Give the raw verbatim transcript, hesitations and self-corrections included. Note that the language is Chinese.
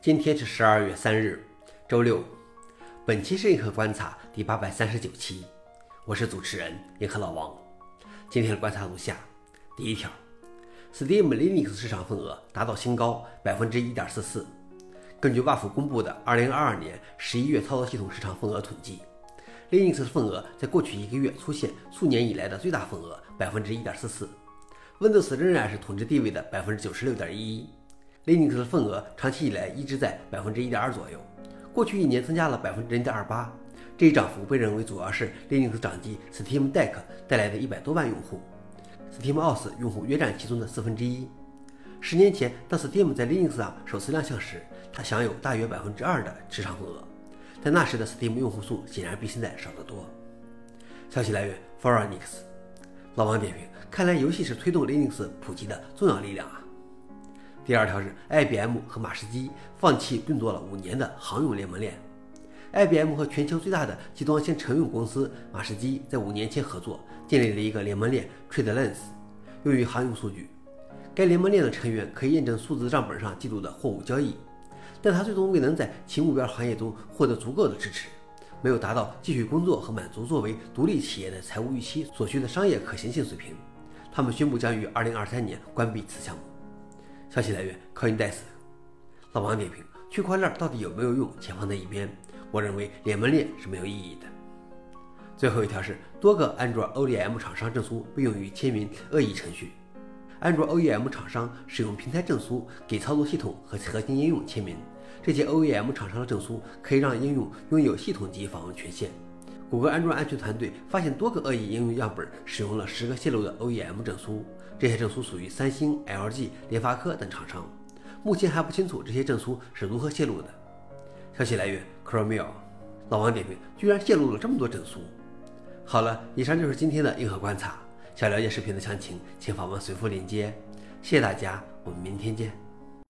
今天是十二月三日，周六。本期是硬核观察第八百三十九期，我是主持人硬核老王。今天的观察如下：第一条 ，Steam Linux 市场份额达到新高 百分之一点四四。根据 W A F 公布的二零二二年十一月操作系统市场份额统计 ，Linux 的份额在过去一个月出现数年以来的最大份额 百分之一点四四。Windows 仍然是统治地位的 百分之九十六点一一。Linux 的份额长期以来一直在 百分之一点二 左右，过去一年增加了 百分之零点二八。这一涨幅被认为主要是 Linux 掌机 Steam Deck 带来的一百多万用户 ，Steam O S 用户约占其中的四分之一。十年前，当 Steam 在 Linux 上首次亮相时，它享有大约 百分之二 的市场份额，但那时的 Steam 用户数显然比现在少得多。消息来源 Phoronix。老王点评：看来游戏是推动 Linux 普及的重要力量啊。第二条是 I B M 和马士基放弃运作了五年的航用联盟链。I B M 和全球最大的集装箱乘用公司马士基在五年前合作，建立了一个联盟链 TradeLens， 用于航用数据。该联盟链的成员可以验证数字账本上记录的货物交易，但它最终未能在其目标行业中获得足够的支持，没有达到继续工作和满足作为独立企业的财务预期所需的商业可行性水平。他们宣布将于二零二三年关闭此项目。消息来源 CoinDesk。 老王点评：区块链到底有没有用，且放在一边。我认为联盟链是没有意义的。最后一条是多个 Android O E M 厂商证书被用于签名恶意程序。Android O E M 厂商使用平台证书给操作系统和核心应用签名，这些 O E M 厂商的证书可以让应用拥有系统级访问权限。谷歌安卓安全团队发现多个恶意应用样本使用了十个泄露的 O E M 证书，这些证书属于三星、L G、联发科等厂商。目前还不清楚这些证书是如何泄露的。消息来源 Chromium。 老王点评：居然泄露了这么多证书。好了，以上就是今天的硬核观察。想了解视频的详情，请访问随附链接。谢谢大家，我们明天见。